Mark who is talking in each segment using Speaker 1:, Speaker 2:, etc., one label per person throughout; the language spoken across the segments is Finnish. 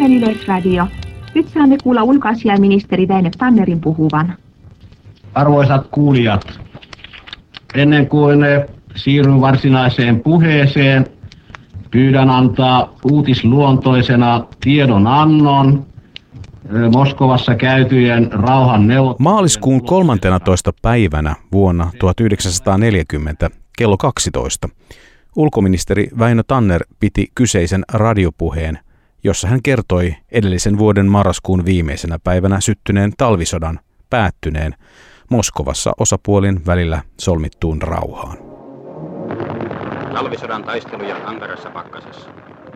Speaker 1: Suomen Yleisradio. Nyt saamme kuulla ulkoasiainministeri Väinö Tannerin puhuvan.
Speaker 2: Arvoisat kuulijat, ennen kuin siirryn varsinaiseen puheeseen, pyydän antaa uutisluontoisena tiedonannon Moskovassa käytyjen rauhanneuvottelujen.
Speaker 3: Maaliskuun 13. päivänä vuonna 1940 kello 12 ulkoministeri Väinö Tanner piti kyseisen radiopuheen, jossa hän kertoi edellisen vuoden marraskuun viimeisenä päivänä syttyneen talvisodan päättyneen Moskovassa osapuolien välillä solmittuun rauhaan.
Speaker 4: Talvisodan taisteluja ankarassa pakkasessa.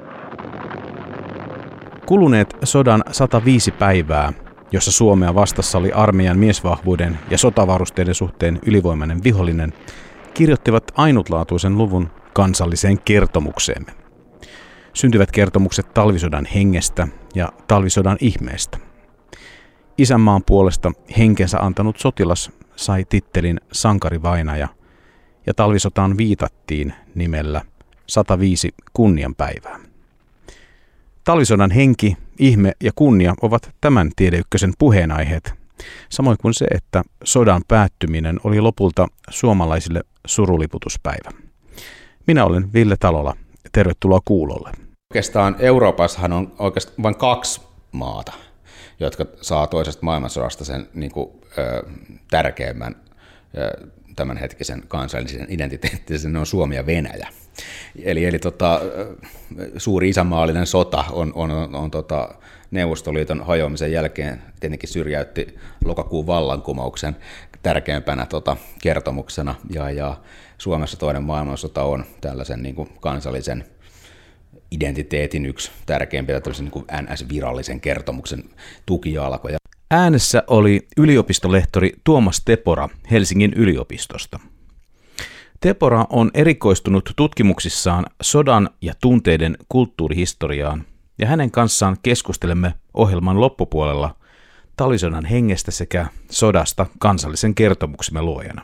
Speaker 3: Kuluneet sodan 105 päivää, jossa Suomea vastassa oli armeijan miesvahvuuden ja sotavarusteiden suhteen ylivoimainen vihollinen, kirjoittivat ainutlaatuisen luvun kansalliseen kertomukseemme. Syntyvät kertomukset talvisodan hengestä ja talvisodan ihmeestä. Isänmaan puolesta henkensä antanut sotilas sai tittelin sankarivainaja ja talvisotaan viitattiin nimellä 105 kunnianpäivää. Talvisodan henki, ihme ja kunnia ovat tämän Tiedeykkösen puheenaiheet, samoin kuin se, että sodan päättyminen oli lopulta suomalaisille suruliputuspäivä. Minä olen Ville Talola. Tervetuloa kuulolle.
Speaker 5: Oikeastaan Euroopassahan on oikeastaan vain 2 maata, jotka saa toisesta maailmansodasta sen tärkeimmän tämänhetkisen kansallisen identiteetin, ne on Suomi ja Venäjä. Eli suuri isänmaallinen sota on Neuvostoliiton hajoamisen jälkeen tietenkin syrjäytti lokakuun vallankumouksen tärkeimpänä kertomuksena, ja Suomessa toinen maailmansota on tällaisen niin kuin kansallisen identiteetin yksi tärkeimpiä tällaisen niin NS-virallisen kertomuksen tukijalkoja.
Speaker 3: Äänessä oli yliopistolehtori Tuomas Tepora Helsingin yliopistosta. Tepora on erikoistunut tutkimuksissaan sodan ja tunteiden kulttuurihistoriaan, ja hänen kanssaan keskustelemme ohjelman loppupuolella talvisodan hengestä sekä sodasta kansallisen kertomuksemme luojana.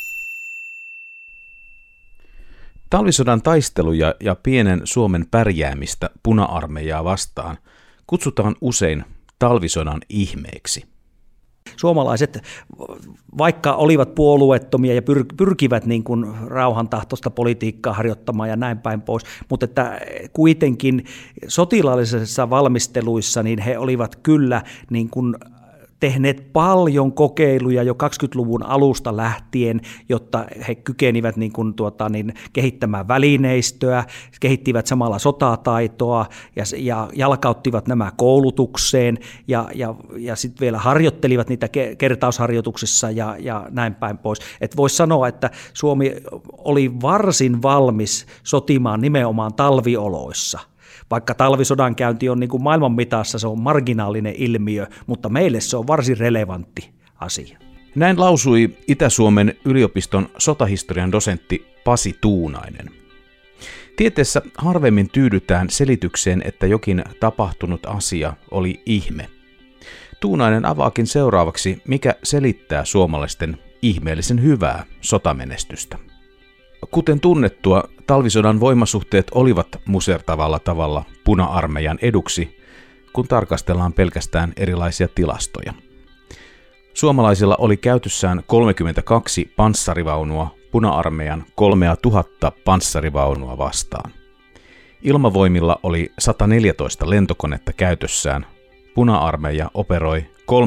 Speaker 3: Talvisodan taisteluja ja pienen Suomen pärjäämistä puna-armeijaa vastaan kutsutaan usein talvisodan ihmeeksi.
Speaker 6: Suomalaiset, vaikka olivat puolueettomia ja pyrkivät niin kuin rauhantahtoista politiikkaa harjoittamaan ja näin päin pois, mutta että kuitenkin sotilaallisissa valmisteluissa niin he olivat kyllä niin kuin tehneet paljon kokeiluja jo 20-luvun alusta lähtien, jotta he kykenivät kehittämään välineistöä, kehittivät samalla sotataitoa ja jalkauttivat nämä koulutukseen ja sitten vielä harjoittelivat niitä kertausharjoituksissa ja näin päin pois. Et voisi sanoa, että Suomi oli varsin valmis sotimaan nimenomaan talvioloissa. Vaikka talvisodankäynti on niin kuin maailman mitassa, se on marginaalinen ilmiö, mutta meille se on varsin relevantti asia.
Speaker 3: Näin lausui Itä-Suomen yliopiston sotahistorian dosentti Pasi Tuunainen. Tieteessä harvemmin tyydytään selitykseen, että jokin tapahtunut asia oli ihme. Tuunainen avaakin seuraavaksi, mikä selittää suomalaisten ihmeellisen hyvää sotamenestystä. Kuten tunnettua, talvisodan voimasuhteet olivat musertavalla tavalla puna-armeijan eduksi, kun tarkastellaan pelkästään erilaisia tilastoja. Suomalaisilla oli käytössään 32 panssarivaunua puna-armeijan 3000 panssarivaunua vastaan. Ilmavoimilla oli 114 lentokonetta käytössään. Puna-armeija operoi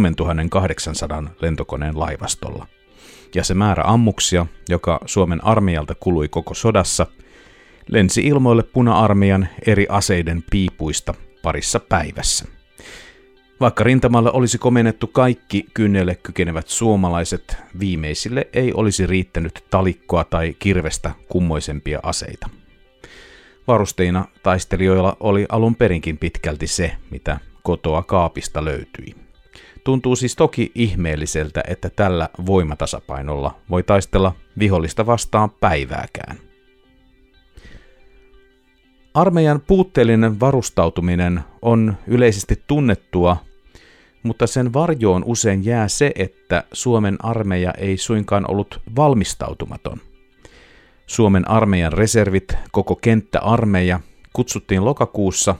Speaker 3: 3800 lentokoneen laivastolla. Ja se määrä ammuksia, joka Suomen armeijalta kului koko sodassa, lensi ilmoille puna-armeijan eri aseiden piipuista parissa päivässä. Vaikka rintamalle olisi komennettu kaikki kynnelle kykenevät suomalaiset, viimeisille ei olisi riittänyt talikkoa tai kirvestä kummoisempia aseita. Varusteina taistelijoilla oli alun perinkin pitkälti se, mitä kotoa kaapista löytyi. Tuntuu siis toki ihmeelliseltä, että tällä voimatasapainolla voi taistella vihollista vastaan päivääkään. Armeijan puutteellinen varustautuminen on yleisesti tunnettua, mutta sen varjoon usein jää se, että Suomen armeija ei suinkaan ollut valmistautumaton. Suomen armeijan reservit, koko kenttäarmeija, kutsuttiin lokakuussa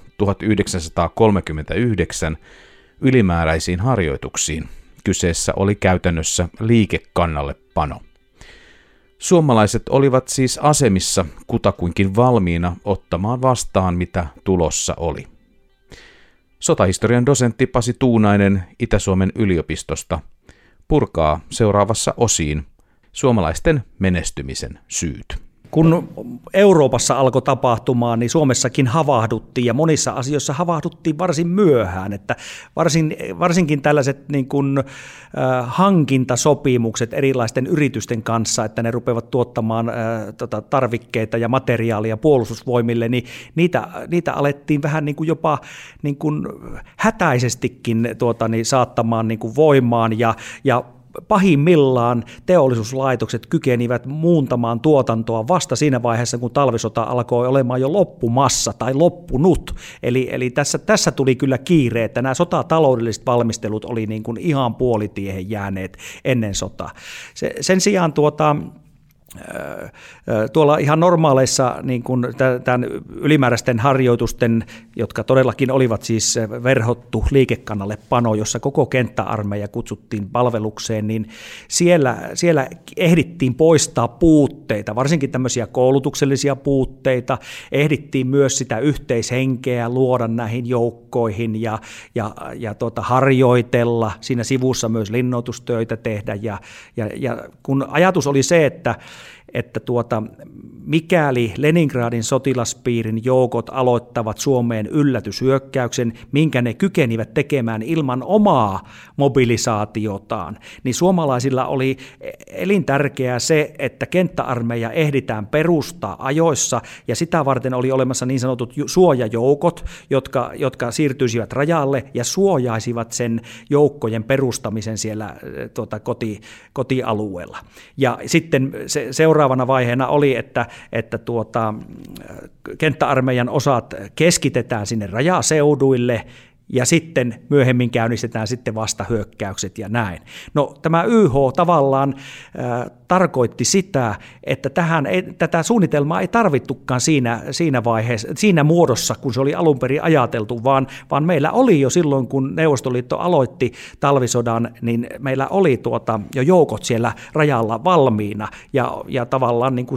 Speaker 3: 1939 ylimääräisiin harjoituksiin. Kyseessä oli käytännössä liikekannallepano. Suomalaiset olivat siis asemissa kutakuinkin valmiina ottamaan vastaan, mitä tulossa oli. Sotahistorian dosentti Pasi Tuunainen Itä-Suomen yliopistosta purkaa seuraavassa osiin suomalaisten menestymisen syyt.
Speaker 6: Kun Euroopassa alkoi tapahtumaan, niin Suomessakin havahduttiin ja monissa asioissa havahduttiin varsin myöhään. Että varsinkin tällaiset niin kuin, hankintasopimukset erilaisten yritysten kanssa, että ne rupeavat tuottamaan tarvikkeita ja materiaalia puolustusvoimille, niin niitä alettiin vähän niin kuin jopa niin kuin hätäisestikin saattamaan niin kuin voimaan ja pahimmillaan teollisuuslaitokset kykenivät muuntamaan tuotantoa vasta siinä vaiheessa, kun talvisota alkoi olemaan jo loppumassa tai loppunut. Eli tässä tuli kyllä kiire, että nämä sotataloudelliset valmistelut oli niin kuin ihan puolitiehen jääneet ennen sotaa. Sen sijaan tuolla ihan normaaleissa niin kuin tämän ylimääräisten harjoitusten, jotka todellakin olivat siis verhottu liikekannallepano, jossa koko kenttäarmeija kutsuttiin palvelukseen, niin siellä ehdittiin poistaa puutteita, varsinkin tämmöisiä koulutuksellisia puutteita, ehdittiin myös sitä yhteishenkeä luoda näihin joukkoihin ja harjoitella, siinä sivussa myös linnoitustöitä tehdä ja kun ajatus oli se, että mikäli Leningradin sotilaspiirin joukot aloittavat Suomeen yllätyshyökkäyksen, minkä ne kykenivät tekemään ilman omaa mobilisaatiotaan, niin suomalaisilla oli elintärkeää se, että kenttäarmeija ehditään perustaa ajoissa, ja sitä varten oli olemassa niin sanotut suojajoukot, jotka siirtyisivät rajalle ja suojaisivat sen joukkojen perustamisen siellä kotialueella. Ja sitten seuraavana vaiheena oli, että kenttäarmeijan osat keskitetään sinne rajaseuduille ja sitten myöhemmin käynnistetään sitten vasta hyökkäykset ja näin. No tämä YH tavallaan tarkoitti sitä, että tätä suunnitelmaa ei tarvittukaan siinä vaiheessa, siinä muodossa, kun se oli alun perin ajateltu, vaan meillä oli jo silloin, kun Neuvostoliitto aloitti talvisodan, niin meillä oli jo joukot siellä rajalla valmiina ja tavallaan niin kuin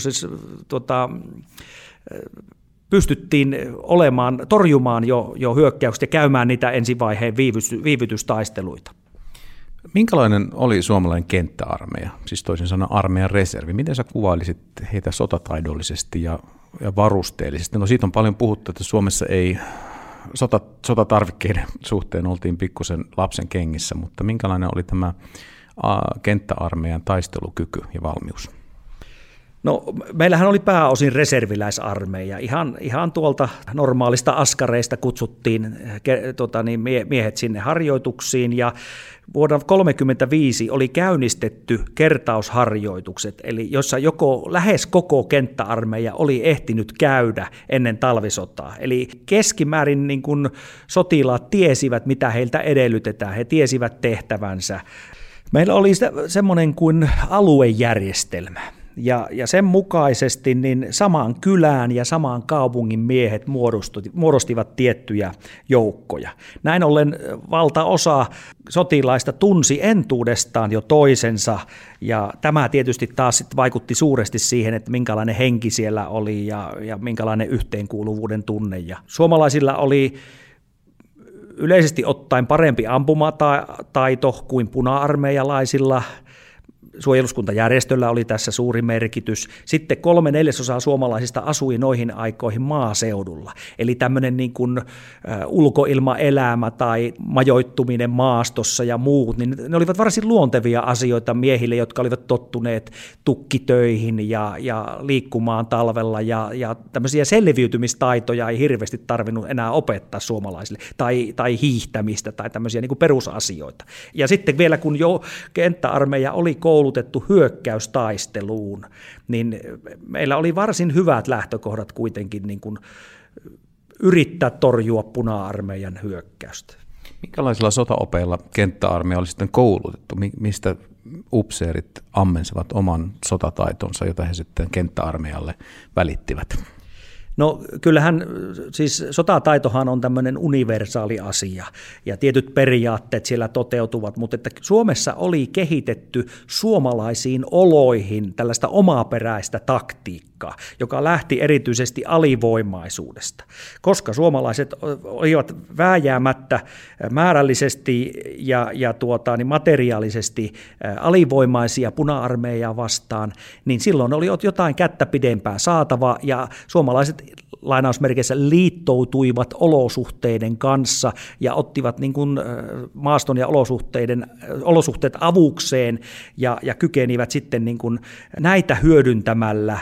Speaker 6: pystyttiin torjumaan jo hyökkäykset ja käymään niitä ensivaiheen viivytystaisteluita.
Speaker 3: Minkälainen oli suomalainen kenttäarmeija, siis toisin sanoen armeijan reservi? Miten sä kuvailisit heitä sotataidollisesti ja varusteellisesti? No siitä on paljon puhuttu, että Suomessa ei sotatarvikkeiden suhteen oltiin pikkusen lapsen kengissä, mutta minkälainen oli tämä kenttäarmeijan taistelukyky ja valmius?
Speaker 6: No, meillähän oli pääosin reserviläisarmeija. Ihan tuolta normaalista askareista kutsuttiin miehet sinne harjoituksiin ja vuonna 1935 oli käynnistetty kertausharjoitukset, eli jossa lähes koko kenttäarmeija oli ehtinyt käydä ennen talvisotaa. Eli keskimäärin niin kun sotilaat tiesivät, mitä heiltä edellytetään, he tiesivät tehtävänsä. Meillä oli semmoinen kuin aluejärjestelmä. Ja sen mukaisesti niin samaan kylään ja samaan kaupungin miehet muodostivat tiettyjä joukkoja. Näin ollen valtaosa sotilaista tunsi entuudestaan jo toisensa, ja tämä tietysti taas vaikutti suuresti siihen, että minkälainen henki siellä oli ja minkälainen yhteenkuuluvuuden tunne. Ja suomalaisilla oli yleisesti ottaen parempi ampumataito kuin puna-armeijalaisilla. Suojeluskuntajärjestöllä oli tässä suuri merkitys. Sitten 3/4 suomalaisista asui noihin aikoihin maaseudulla. Eli tämmöinen niin kuin ulkoilmaelämä tai majoittuminen maastossa ja muut, niin ne olivat varsin luontevia asioita miehille, jotka olivat tottuneet tukkitöihin ja liikkumaan talvella. Ja tämmöisiä selviytymistaitoja ei hirveästi tarvinnut enää opettaa suomalaisille. Tai hiihtämistä tai tämmöisiä niin kuin perusasioita. Ja sitten vielä kun jo kenttäarmeija oli koulutettu hyökkäystaisteluun, niin meillä oli varsin hyvät lähtökohdat kuitenkin niin kuin yrittää torjua puna-armeijan hyökkäystä.
Speaker 3: Minkälaisilla sotaopeilla kenttäarmeija oli sitten koulutettu? Mistä upseerit ammensivat oman sotataitonsa, jota he sitten kenttäarmeijalle välittivät?
Speaker 6: No kyllähän siis sotataitohan on tämmöinen universaali asia ja tietyt periaatteet siellä toteutuvat, mutta että Suomessa oli kehitetty suomalaisiin oloihin tällaista omaperäistä taktiikkaa, joka lähti erityisesti alivoimaisuudesta, koska suomalaiset olivat vääjäämättä määrällisesti ja materiaalisesti alivoimaisia puna-armeijaa vastaan, niin silloin oli jotain kättä pidempää saatava ja suomalaiset lainausmerkeissä liittoutuivat olosuhteiden kanssa ja ottivat niin kuin maaston ja olosuhteet avukseen ja kykenivät sitten niin kuin näitä hyödyntämällä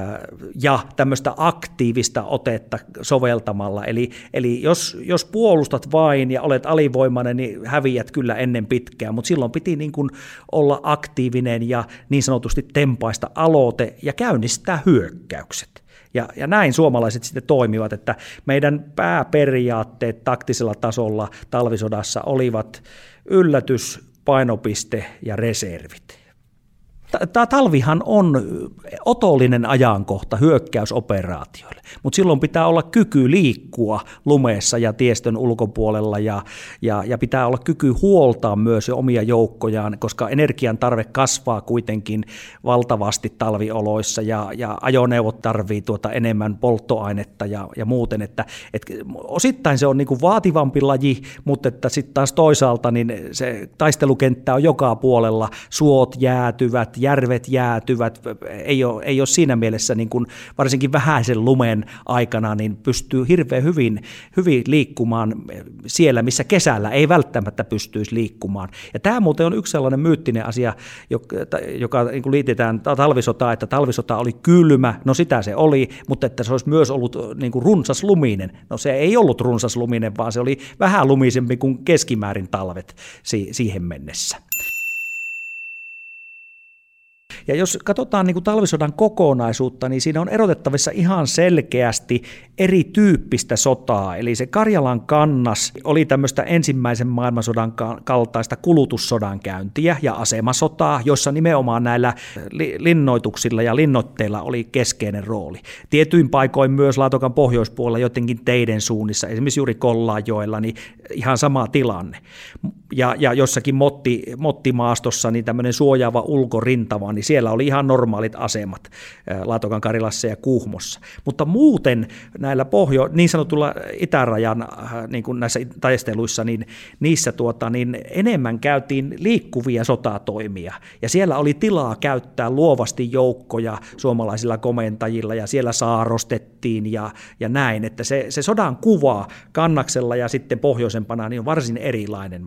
Speaker 6: ja tämmöistä aktiivista otetta soveltamalla. Eli jos puolustat vain ja olet alivoimainen, niin häviät kyllä ennen pitkään, mutta silloin piti niin kuin olla aktiivinen ja niin sanotusti tempaista aloite ja käynnistää hyökkäykset. Ja näin suomalaiset sitten toimivat, että meidän pääperiaatteet taktisella tasolla talvisodassa olivat yllätys, painopiste ja reservit. Talvihan on otollinen ajankohta hyökkäysoperaatioille, mutta silloin pitää olla kyky liikkua lumeessa ja tiestön ulkopuolella ja pitää olla kyky huoltaa myös jo omia joukkojaan, koska energian tarve kasvaa kuitenkin valtavasti talvioloissa ja ajoneuvot tarvii enemmän polttoainetta ja muuten, että osittain se on niin kuin vaativampi laji, mutta että sitten taas toisaalta niin se taistelukenttä on joka puolella, suot jäätyvät, järvet jäätyvät, ei ole siinä mielessä niin kuin varsinkin vähäisen lumen aikana niin pystyy hirveän hyvin liikkumaan siellä, missä kesällä ei välttämättä pystyisi liikkumaan. Ja tämä muuten on yksi sellainen myyttinen asia, joka niin kuin liitetään talvisotaan, että talvisota oli kylmä, no sitä se oli, mutta että se olisi myös ollut niin kuin runsasluminen. No se ei ollut runsasluminen, vaan se oli vähän lumisempi kuin keskimäärin talvet siihen mennessä. Ja jos katsotaan niin kuin talvisodan kokonaisuutta, niin siinä on erotettavissa ihan selkeästi erityyppistä sotaa. Eli se Karjalan kannas oli tämmöistä ensimmäisen maailmansodan kaltaista kulutussodankäyntiä ja asemasotaa, jossa nimenomaan näillä linnoituksilla ja linnoitteilla oli keskeinen rooli. Tietyin paikoin myös Laatokan pohjoispuolella jotenkin teiden suunnissa, esimerkiksi juuri Kollaanjoella, niin ihan sama tilanne. Ja jossakin mottimaastossa niin tämmöinen suojaava ulkorintama, niin siellä oli ihan normaalit asemat Laatokan Karjalassa ja Kuhmossa. Mutta muuten näillä niin sanotulla itärajan niin kuin näissä taisteluissa, niin niissä niin enemmän käytiin liikkuvia sotatoimia. Ja siellä oli tilaa käyttää luovasti joukkoja suomalaisilla komentajilla ja siellä saarostettiin ja näin. Että se sodan kuva Kannaksella ja sitten pohjoisempana niin on varsin erilainen.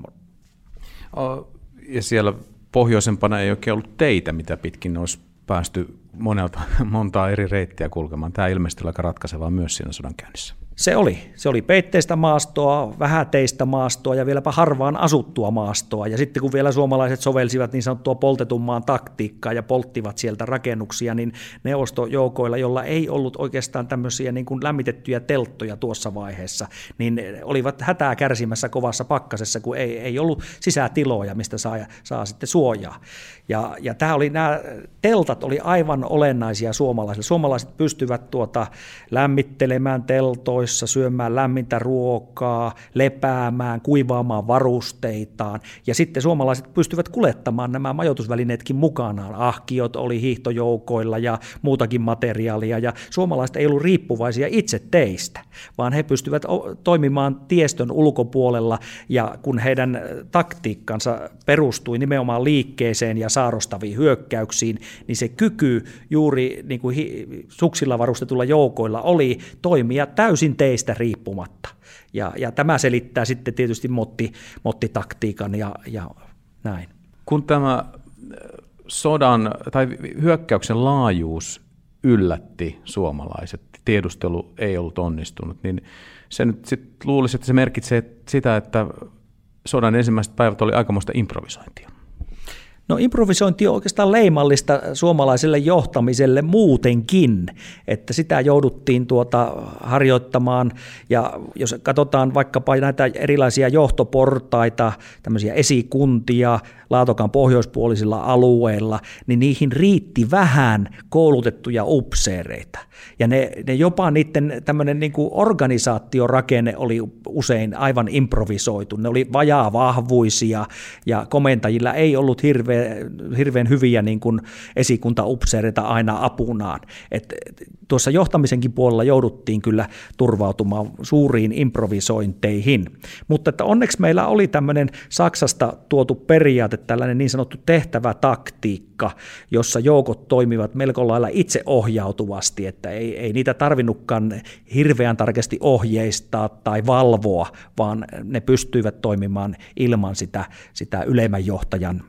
Speaker 3: Ja siellä pohjoisempana ei oikein ollut teitä, mitä pitkin olisi päästy montaa eri reittiä kulkemaan. Tämä ilmeisesti oli aika ratkaisevaa myös siinä sodankäynnissä.
Speaker 6: Se oli peitteistä maastoa, vähäteistä maastoa ja vieläpä harvaan asuttua maastoa. Ja sitten kun vielä suomalaiset sovelsivat niin sanottua poltetun maan taktiikkaa ja polttivat sieltä rakennuksia, niin neuvostojoukoilla, jolla ei ollut oikeastaan tämmöisiä niin kuin lämmitettyjä telttoja tuossa vaiheessa, niin olivat hätää kärsimässä kovassa pakkasessa, kun ei ollut sisätiloja, mistä saa sitten suojaa. Ja nämä teltat oli aivan olennaisia suomalaisille. Suomalaiset pystyvät lämmittelemään teltoissa, syömään lämmintä ruokaa, lepäämään, kuivaamaan varusteitaan. Ja sitten suomalaiset pystyvät kuljettamaan nämä majoitusvälineetkin mukanaan. Ahkiot oli hiihtojoukoilla ja muutakin materiaalia. Ja suomalaiset ei ollut riippuvaisia itse teistä, vaan he pystyvät toimimaan tiestön ulkopuolella. Ja kun heidän taktiikkansa perustui nimenomaan liikkeeseen ja saarostaviin hyökkäyksiin, niin se kyky juuri niin kuin suksilla varustetulla joukoilla oli toimia täysin teistä riippumatta. Ja tämä selittää sitten tietysti mottitaktiikan ja näin.
Speaker 3: Kun tämä sodan tai hyökkäyksen laajuus yllätti suomalaiset, tiedustelu ei ollut onnistunut, niin se nyt sit luulisi, että se merkitsee sitä, että sodan ensimmäiset päivät oli aikamoista improvisointia.
Speaker 6: No improvisointi on oikeastaan leimallista suomalaiselle johtamiselle muutenkin, että sitä jouduttiin harjoittamaan ja jos katsotaan vaikkapa näitä erilaisia johtoportaita, tämmöisiä esikuntia, Laatokan pohjoispuolisilla alueilla, niin niihin riitti vähän koulutettuja upseereita. Ja ne jopa niiden tämmöinen niin kuin organisaatiorakenne oli usein aivan improvisoitu. Ne oli vajaavahvuisia ja komentajilla ei ollut hirveän hyviä niin kuin esikuntaupseereita aina apunaan. Et tuossa johtamisenkin puolella jouduttiin kyllä turvautumaan suuriin improvisointeihin. Mutta että onneksi meillä oli tämmöinen Saksasta tuotu periaate, tällainen niin sanottu tehtävätaktiikka, jossa joukot toimivat melko lailla itseohjautuvasti, että ei niitä tarvinnutkaan hirveän tarkasti ohjeistaa tai valvoa, vaan ne pystyivät toimimaan ilman sitä ylemmän johtajan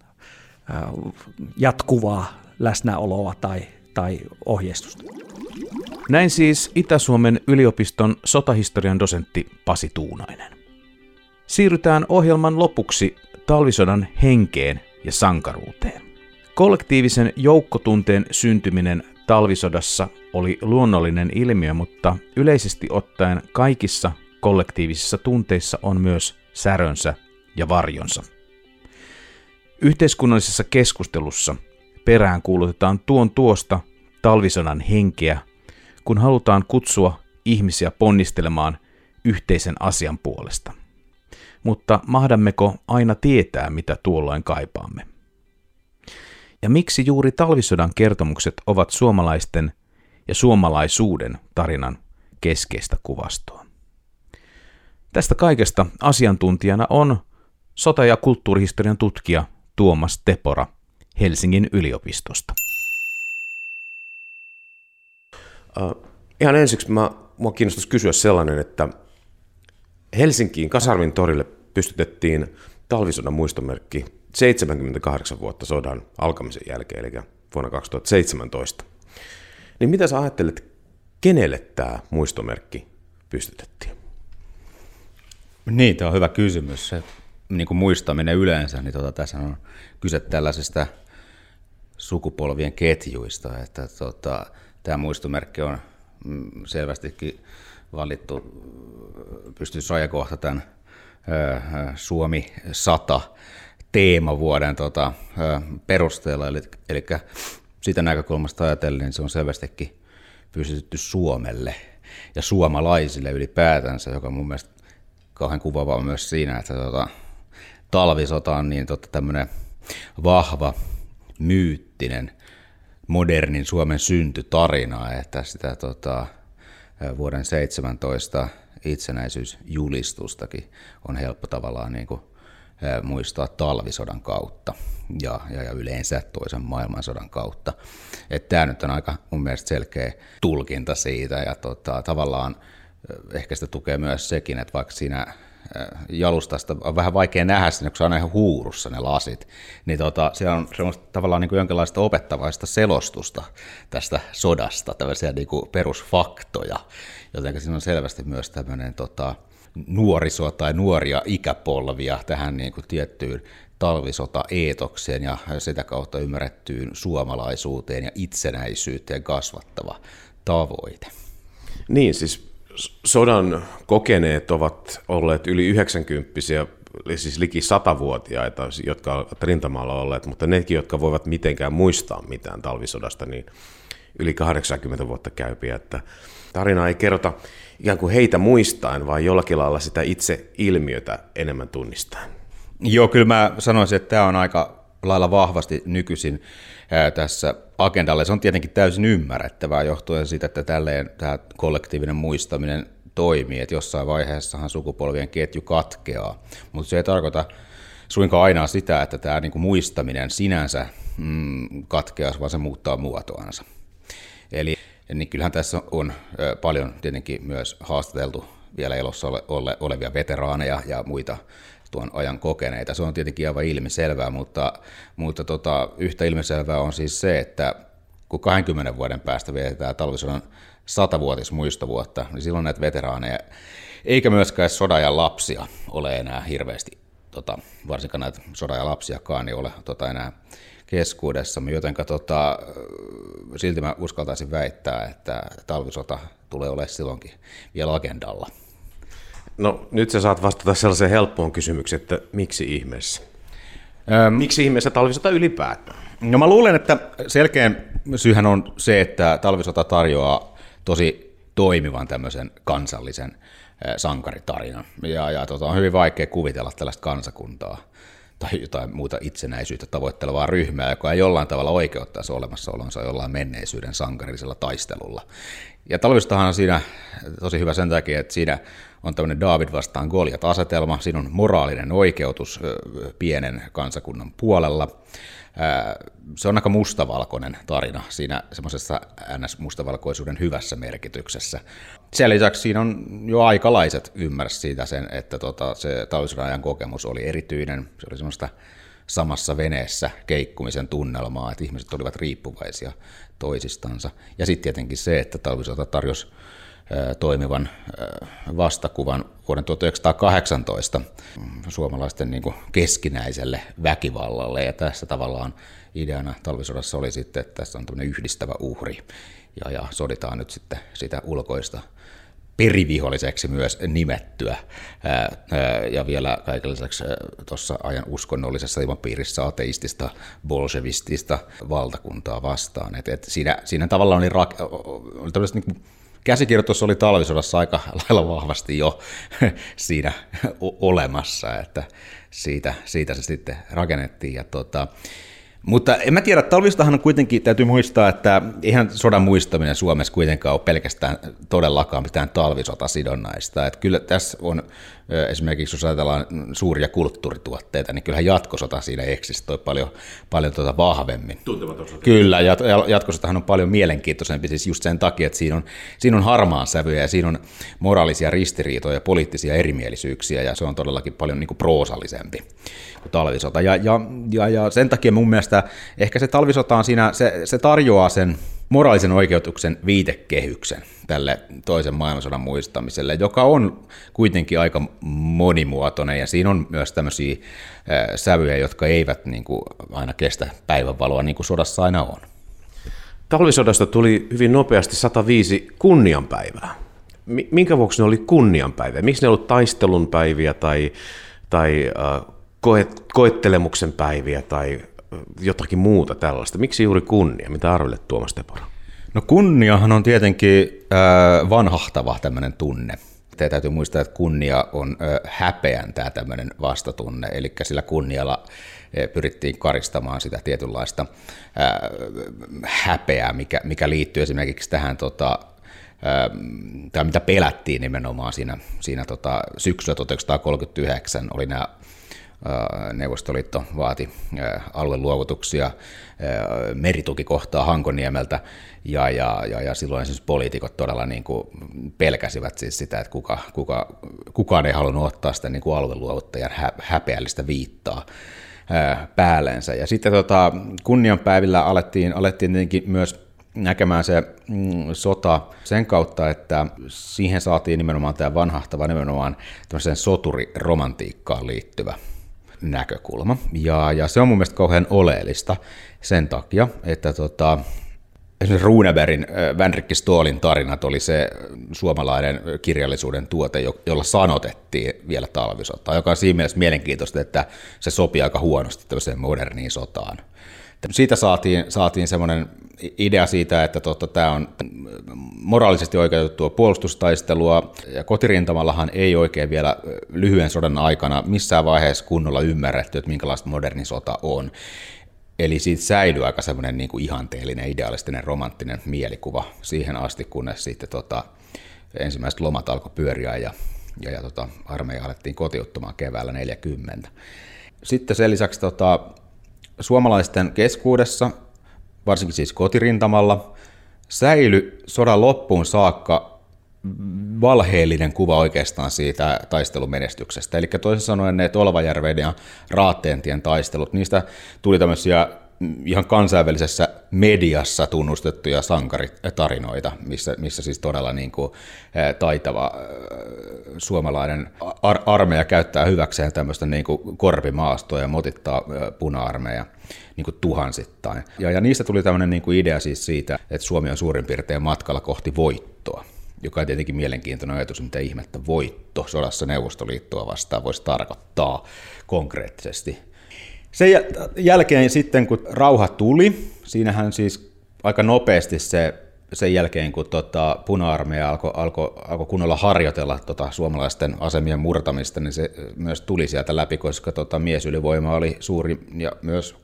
Speaker 6: jatkuvaa läsnäoloa tai ohjeistusta.
Speaker 3: Näin siis Itä-Suomen yliopiston sotahistorian dosentti Pasi Tuunainen. Siirrytään ohjelman lopuksi talvisodan henkeen ja sankaruuteen. Kollektiivisen joukkotunteen syntyminen talvisodassa oli luonnollinen ilmiö, mutta yleisesti ottaen kaikissa kollektiivisissa tunteissa on myös särönsä ja varjonsa. Yhteiskunnallisessa keskustelussa peräänkuulutetaan tuosta talvisodan henkeä, kun halutaan kutsua ihmisiä ponnistelemaan yhteisen asian puolesta. Mutta mahdammeko aina tietää, mitä tuolloin kaipaamme? Ja miksi juuri talvisodan kertomukset ovat suomalaisten ja suomalaisuuden tarinan keskeistä kuvastoa? Tästä kaikesta asiantuntijana on sota- ja kulttuurihistorian tutkija Tuomas Tepora Helsingin yliopistosta.
Speaker 7: Ihan ensiksi mua kiinnostaisi kysyä sellainen, että Helsinkiin Kasarmin torille pystytettiin talvisodan muistomerkki 78 vuotta sodan alkamisen jälkeen, eli vuonna 2017. Niin mitä sä ajattelet, kenelle tämä muistomerkki pystytettiin?
Speaker 5: Niin, tämä on hyvä kysymys. Se niin kuin muistaminen yleensä, niin tässä on kyse tällaisista sukupolvien ketjuista, että tämä muistomerkki on selvästikin valittu pystysrajakohta tämän Suomi 100 teemavuoden perusteella, eli siitä näkökulmasta ajatellen niin se on selvästikin pystytetty Suomelle ja suomalaisille ylipäätänsä, joka mun mielestä kauhean kuvaavaa on myös siinä, että talvisota on niin tämmöinen vahva, myyttinen, modernin Suomen syntytarina, että sitä vuoden 17 itsenäisyysjulistustakin on helppo tavallaan niin kuin muistaa talvisodan kautta ja yleensä toisen maailmansodan kautta. Tämä nyt on aika mun mielestä selkeä tulkinta siitä ja tavallaan ehkä sitä tukee myös sekin, että vaikka siinä jalustasta on vähän vaikea nähdä sinne, kun se on ihan huurussa ne lasit, niin siellä on semmoista tavallaan niin kuin jonkinlaista opettavaista selostusta tästä sodasta, tällaisia niin kuin perusfaktoja, joten siinä on selvästi myös tämmöinen nuorisoa tai nuoria ikäpolvia tähän niin kuin tiettyyn talvisota-eetokseen ja sitä kautta ymmärrettyyn suomalaisuuteen ja itsenäisyyteen kasvattava tavoite.
Speaker 7: Niin, siis sodan kokeneet ovat olleet yli 90-vuotiaita, siis liki 100-vuotiaita, jotka ovat rintamalla olleet, mutta nekin, jotka voivat mitenkään muistaa mitään talvisodasta, niin yli 80 vuotta käypiä, että tarina ei kerrota ikään kuin heitä muistaen, vaan jollakin lailla sitä itse ilmiötä enemmän tunnistaen.
Speaker 5: Joo, kyllä mä sanoisin, että tämä on aika lailla vahvasti nykyisin tässä agendalla. Se on tietenkin täysin ymmärrettävää johtuen siitä, että tälleen tämä kollektiivinen muistaminen toimii, että jossain vaiheessahan sukupolvien ketju katkeaa, mutta se ei tarkoita suinkaan aina sitä, että tämä niin kuin muistaminen sinänsä katkeaa, vaan se muuttaa muotoansa. Eli niin kyllähän tässä on paljon tietenkin myös haastateltu vielä elossa olevia veteraaneja ja muita tuon ajan kokeneita. Se on tietenkin aivan ilmiselvää, mutta yhtä ilmiselvää on siis se, että kun 20 vuoden päästä vietetään talvisodan 100-vuotismuistovuotta, niin silloin näitä veteraaneja, eikä myöskään sodan lapsia ole enää hirveästi, varsinkaan näitä sodan lapsiakaan, niin ole enää keskuudessamme, jotenka silti mä uskaltaisin väittää, että talvisota tulee olemaan silloinkin vielä agendalla.
Speaker 7: No nyt sä saat vastata sellaiseen helppoon kysymykseen, että miksi ihmeessä? Miksi ihmeessä talvisota ylipäätään?
Speaker 5: No mä luulen, että selkeä syyhän on se, että talvisota tarjoaa tosi toimivan tämmöisen kansallisen sankaritarinan. Ja on hyvin vaikea kuvitella tällaista kansakuntaa tai jotain muuta itsenäisyyttä tavoittelevaa ryhmää, joka ei jollain tavalla oikeuttaisi olemassaolonsa jollain menneisyyden sankarillisella taistelulla. Ja talvisotahan on siinä tosi hyvä sen takia, että siinä on tämmöinen Daavid vastaan Goljat-asetelma, siinä on moraalinen oikeutus pienen kansakunnan puolella. Se on aika mustavalkoinen tarina siinä semmoisessa NS-mustavalkoisuuden hyvässä merkityksessä. Sen lisäksi siinä on jo aikalaiset ymmärsi siitä sen, että se talvisodan ajan kokemus oli erityinen. Se oli semmoista samassa veneessä keikkumisen tunnelmaa, että ihmiset olivat riippuvaisia toisistansa. Ja sitten tietenkin se, että talvisota tarjosi toimivan vastakuvan vuoden 1918 suomalaisten niin kuin keskinäiselle väkivallalle, ja tässä tavallaan ideana talvisodassa oli sitten, että tässä on tämmöinen yhdistävä uhri, ja soditaan nyt sitten sitä ulkoista periviholliseksi myös nimettyä, ja vielä kaiken lisäksi tuossa ajan uskonnollisessa ilmapiirissä ateistista, bolshevistista valtakuntaa vastaan. Et siinä tavallaan oli tämmöiset niin käsikirjoitus oli talvisodassa aika lailla vahvasti jo siinä olemassa, että siitä se sitten rakennettiin. Mutta en mä tiedä, talvisotahan on kuitenkin, täytyy muistaa, että eihän sodan muistaminen Suomessa kuitenkaan ole pelkästään todellakaan mitään talvisotasidonnaista. Että kyllä tässä on esimerkiksi, jos ajatellaan suuria kulttuurituotteita, niin kyllähän jatkosota siinä eksistoi paljon vahvemmin.
Speaker 7: Tuntematon sota.
Speaker 5: Kyllä, ja jatkosotahan on paljon mielenkiintoisempi, siis just sen takia, että siinä on harmaan sävyjä ja siinä on moraalisia ristiriitoja ja poliittisia erimielisyyksiä, ja se on todellakin paljon niin kuin proosallisempi kuin talvisota. Ja sen takia mun mielestä ehkä se talvisota on siinä, se tarjoaa sen moraalisen oikeutuksen viitekehyksen tälle toisen maailmansodan muistamiselle, joka on kuitenkin aika monimuotoinen, ja siinä on myös tämmöisiä sävyjä, jotka eivät niin kuin aina kestä päivänvaloa, niin kuin sodassa aina on.
Speaker 7: Talvisodasta tuli hyvin nopeasti 105 kunnianpäivää. Minkä vuoksi ne oli kunnianpäiviä? Miksi ne ollut taistelun päiviä tai koettelemuksen päiviä tai jotakin muuta tällaista? Miksi juuri kunnia? Mitä arvelet, Tuomas Tepora?
Speaker 5: No kunniahan on tietenkin vanhahtava tämmöinen tunne. Täytyy muistaa, että kunnia on häpeän tämä tämmöinen vastatunne, eli sillä kunnialla pyrittiin karistamaan sitä tietynlaista häpeää, mikä liittyy esimerkiksi tähän, tai mitä pelättiin nimenomaan siinä syksyllä 1939, oli nämä Neuvostoliitto vaati alueluovutuksia meritukikohtaa Hankoniemeltä, ja silloin esimerkiksi poliitikot todella niin kuin pelkäsivät siis sitä, että kukaan ei halunnut ottaa sitä niin kuin alueluovuttajan häpeällistä viittaa päällensä. Ja sitten kunnianpäivillä alettiin tietenkin myös näkemään se sota sen kautta, että siihen saatiin nimenomaan tämä vanhahtava, nimenomaan tämmöiseen soturiromantiikkaan liittyvä näkökulma. Ja se on mun mielestä kauhean oleellista sen takia, että esimerkiksi Runebergin Vänrikki Ståhlin tarinat oli se suomalainen kirjallisuuden tuote, jolla sanotettiin vielä talvisotaa, joka on siinä mielessä mielenkiintoista, että se sopii aika huonosti tämmöiseen moderniin sotaan. Siitä saatiin semmoinen idea siitä, että tämä on moraalisesti oikeutettua puolustustaistelua, ja kotirintamallahan ei oikein vielä lyhyen sodan aikana missään vaiheessa kunnolla ymmärretty, että minkälaista moderni sota on. Eli siitä säilyy aika semmoinen niin kuin ihanteellinen, idealistinen, romanttinen mielikuva siihen asti, kunnes sitten ensimmäiset lomat alkoi pyöriä ja armeija alettiin kotiuttamaan keväällä 1940. Sitten sen lisäksi suomalaisten keskuudessa, varsinkin siis kotirintamalla, säilyi sodan loppuun saakka valheellinen kuva oikeastaan siitä taistelun menestyksestä. Eli toisin sanoen ne Tolvajärven ja Raateentien taistelut, niistä tuli tämmöisiä ihan kansainvälisessä mediassa tunnustettuja sankaritarinoita, missä siis todella niin kuin taitava suomalainen armeija käyttää hyväkseen tämmöistä niin kuin korpimaastoa ja motittaa puna-armeija niin kuin tuhansittain. Ja niistä tuli tämmöinen niin kuin idea siis siitä, että Suomi on suurin piirtein matkalla kohti voittoa, joka on tietenkin mielenkiintoinen ajatus, mitä ihmettä voitto sodassa Neuvostoliittoa vastaan voisi tarkoittaa konkreettisesti. Sen jälkeen sitten, kun rauha tuli, siinähän siis aika nopeasti sen jälkeen, kun Puna-armeija alkoi kunnolla harjoitella suomalaisten asemien murtamista, niin se myös tuli sieltä läpi, koska miesylivoima oli suuri ja myös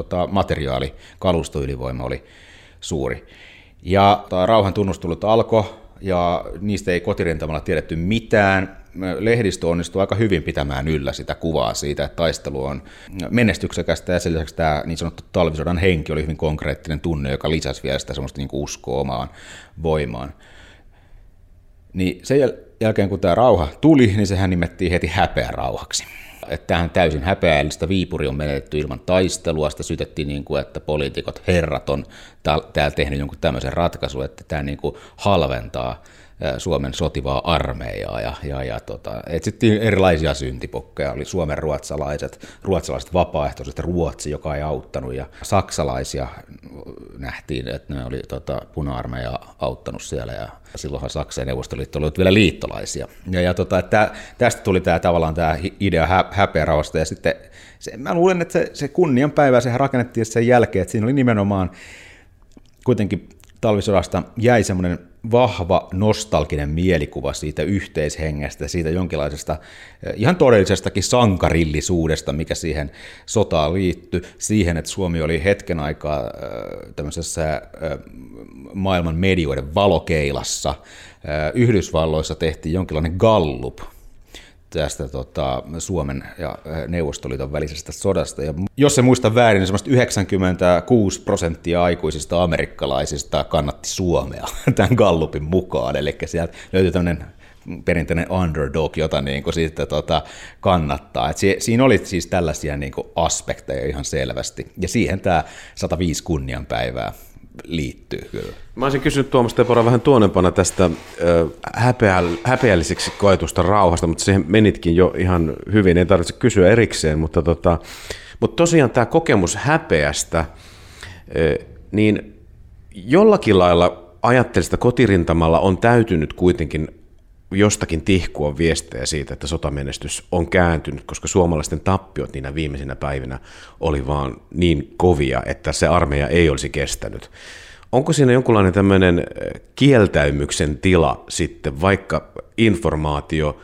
Speaker 5: kalustoylivoima oli suuri. Ja rauhan tunnustelut alkoi, ja niistä ei kotirintamalla tiedetty mitään. Lehdistö onnistui aika hyvin pitämään yllä sitä kuvaa siitä, että taistelu on menestyksekästä, ja sen lisäksi tämä niin sanottu talvisodan henki oli hyvin konkreettinen tunne, joka lisäsi vielä sitä semmoista niin kuin uskoa omaan voimaan. Niin sen jälkeen, kun tämä rauha tuli, niin sehän nimettiin heti häpeärauhaksi. Että tämähän täysin häpeällistä, Viipuri on menetetty ilman taistelua, sitä syytettiin, niin kuin, että poliitikot, herrat on täällä tehnyt jonkun tämmöisen ratkaisun, että tämä niin kuin halventaa Suomen sotivaa armeijaa ja etsittiin erilaisia syntipukkeja, oli Suomen ruotsalaiset vapaaehtoiset, Ruotsi, joka ei auttanut, ja saksalaisia nähtiin, että ne oli Puna-armeijaa auttanut siellä, ja silloinhan Saksa ja Neuvostoliitto olivat vielä liittolaisia. Tästä tuli tavallaan tämä idea häpeärauhasta, ja sitten mä luulen, että se kunnianpäivä, sehän rakennettiin sen jälkeen, että siinä oli nimenomaan kuitenkin talvisodasta jäi semmoinen vahva nostalginen mielikuva siitä yhteishengestä, siitä jonkinlaisesta ihan todellisestakin sankarillisuudesta, mikä siihen sotaan liittyi, siihen, että Suomi oli hetken aikaa tämmöisessä maailman medioiden valokeilassa. Yhdysvalloissa tehtiin jonkinlainen gallup tästä Suomen ja Neuvostoliiton välisestä sodasta. Ja jos en muista väärin, niin semmoista 96% aikuisista amerikkalaisista kannatti Suomea tämän gallupin mukaan. Eli sieltä löytyi tämmöinen perinteinen underdog, jota niin kuin sitten kannattaa. Et siinä oli siis tällaisia niin kuin aspekteja ihan selvästi. Ja siihen tämä 105 kunnianpäivää liittyy kyllä.
Speaker 7: Mä olisin kysynyt Tuomas Tepora vähän tuonempana tästä häpeälliseksi koetusta rauhasta, mutta siihen menitkin jo ihan hyvin, ei tarvitse kysyä erikseen, mutta tosiaan tämä kokemus häpeästä, niin jollakin lailla ajattelisin, että kotirintamalla on täytynyt kuitenkin jostakin tihkua viestejä siitä, että sotamenestys on kääntynyt, koska suomalaisten tappiot niinä viimeisinä päivinä oli vaan niin kovia, että se armeija ei olisi kestänyt. Onko siinä jonkunlainen tämmöinen kieltäymyksen tila sitten, vaikka informaatio,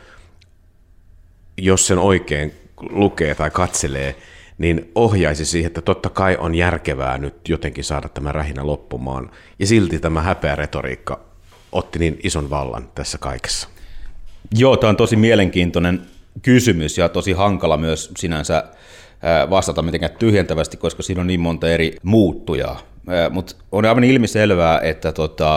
Speaker 7: jos sen oikein lukee tai katselee, niin ohjaisi siihen, että totta kai on järkevää nyt jotenkin saada tämä rähinä loppumaan, ja silti tämä häpeäretoriikka otti niin ison vallan tässä kaikessa?
Speaker 5: Joo, tämä on tosi mielenkiintoinen kysymys ja tosi hankala myös sinänsä vastata mitenkään tyhjentävästi, koska siinä on niin monta eri muuttujaa. Mutta on aivan ilmiselvää, että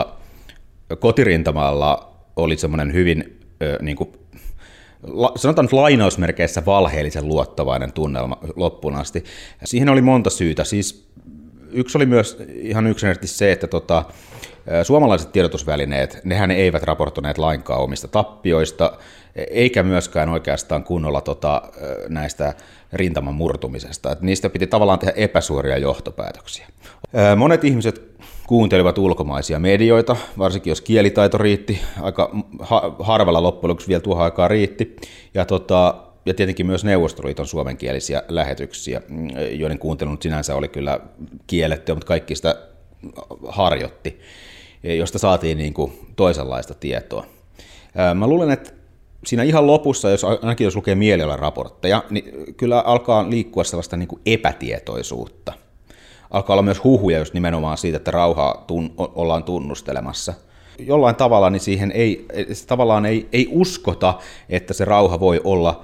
Speaker 5: kotirintamalla oli semmoinen hyvin, niin kuin, sanotaan nyt lainausmerkeissä valheellisen luottavainen tunnelma loppuun asti. Siihen oli monta syytä. Siis yksi oli myös ihan yksinkertaisesti se, että suomalaiset tiedotusvälineet, nehän eivät raportoineet lainkaan omista tappioista, eikä myöskään oikeastaan kunnolla näistä rintaman murtumisesta. Et niistä piti tavallaan tehdä epäsuoria johtopäätöksiä. Monet ihmiset kuuntelivat ulkomaisia medioita, varsinkin jos kielitaito riitti, aika harvalla loppujen lopuksi vielä tuohon aikaan riitti, ja tietenkin myös Neuvostoliiton suomenkielisiä lähetyksiä, joiden kuuntelu sinänsä oli kyllä kiellettyä, mutta kaikki sitä harjoitti, josta saatiin niin kuin toisenlaista tietoa. Mä luulen, että siinä ihan lopussa, ainakin jos lukee mielialaraportteja, niin kyllä alkaa liikkua sellaista niin kuin epätietoisuutta. Alkaa olla myös huhuja just nimenomaan siitä, että rauhaa ollaan tunnustelemassa. Jollain tavalla niin siihen ei uskota, että se rauha voi olla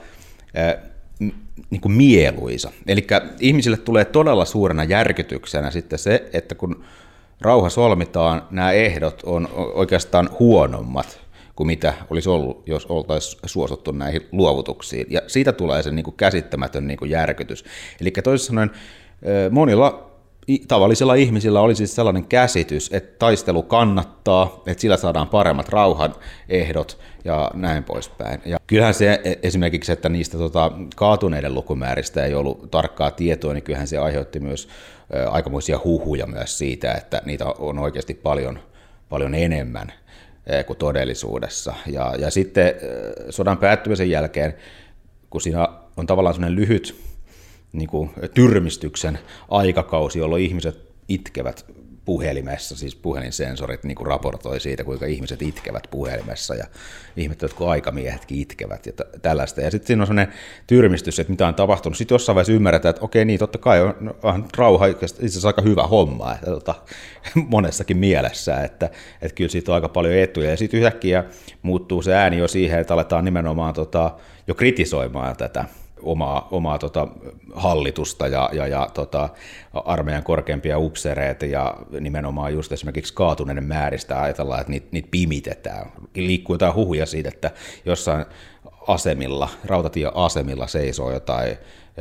Speaker 5: niin kuin mieluisa. Eli ihmisille tulee todella suurena järkytyksenä sitten se, että kun rauha solmitaan, nämä ehdot on oikeastaan huonommat kuin mitä olisi ollut, jos oltaisiin suostuttu näihin luovutuksiin. Ja siitä tulee se niin kuin käsittämätön niin kuin järkytys. Eli toisin sanoen monilla tavallisilla ihmisillä oli siis sellainen käsitys, että taistelu kannattaa, että sillä saadaan paremmat rauhan ehdot ja näin poispäin. Ja kyllähän se esimerkiksi, että niistä kaatuneiden lukumääristä ei ollut tarkkaa tietoa, niin kyllähän se aiheutti myös aikamoisia huhuja myös siitä, että niitä on oikeasti paljon enemmän kuin todellisuudessa. Ja sitten sodan päättymisen jälkeen, kun siinä on tavallaan sellainen lyhyt niin kuin tyrmistyksen aikakausi, jolloin ihmiset itkevät puhelimessa, siis puhelinsensorit niin kuin raportoi siitä, kuinka ihmiset itkevät puhelimessa ja ihmiset, jotka aikamiehetkin itkevät ja tällaista. Ja sitten siinä on sellainen tyrmistys, että mitä on tapahtunut. Sitten jossain vaiheessa ymmärretään, että okei, niin totta kai on rauha itse asiassa aika hyvä homma että, monessakin mielessä, että kyllä siitä on aika paljon etuja. Ja sitten yhtäkkiä muuttuu se ääni jo siihen, että aletaan nimenomaan jo kritisoimaan tätä omaa hallitusta ja armeijan korkeimpia upseereita ja nimenomaan just esimerkiksi kaatuneiden määristä ajatellaan, että niitä pimitetään. Liikkuu jotain huhuja siitä, että jossain asemilla, rautatieasemilla seisoo jotain